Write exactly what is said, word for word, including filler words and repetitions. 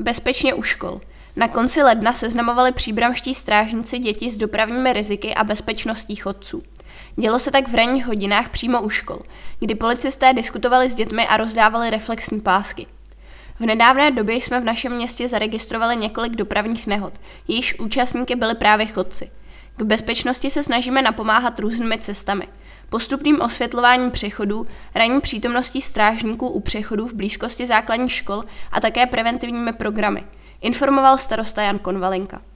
Bezpečně u škol. Na konci ledna seznamovali příbramští strážníci děti s dopravními riziky a bezpečností chodců. Dělo se tak v ranních hodinách přímo u škol, kdy policisté diskutovali s dětmi a rozdávali reflexní pásky. V nedávné době jsme v našem městě zaregistrovali několik dopravních nehod, jejichž účastníky byli právě chodci. K bezpečnosti se snažíme napomáhat různými cestami. Postupným osvětlováním přechodů, ranní přítomností strážníků u přechodů v blízkosti základních škol a také preventivními programy, informoval starosta Jan Konvalinka.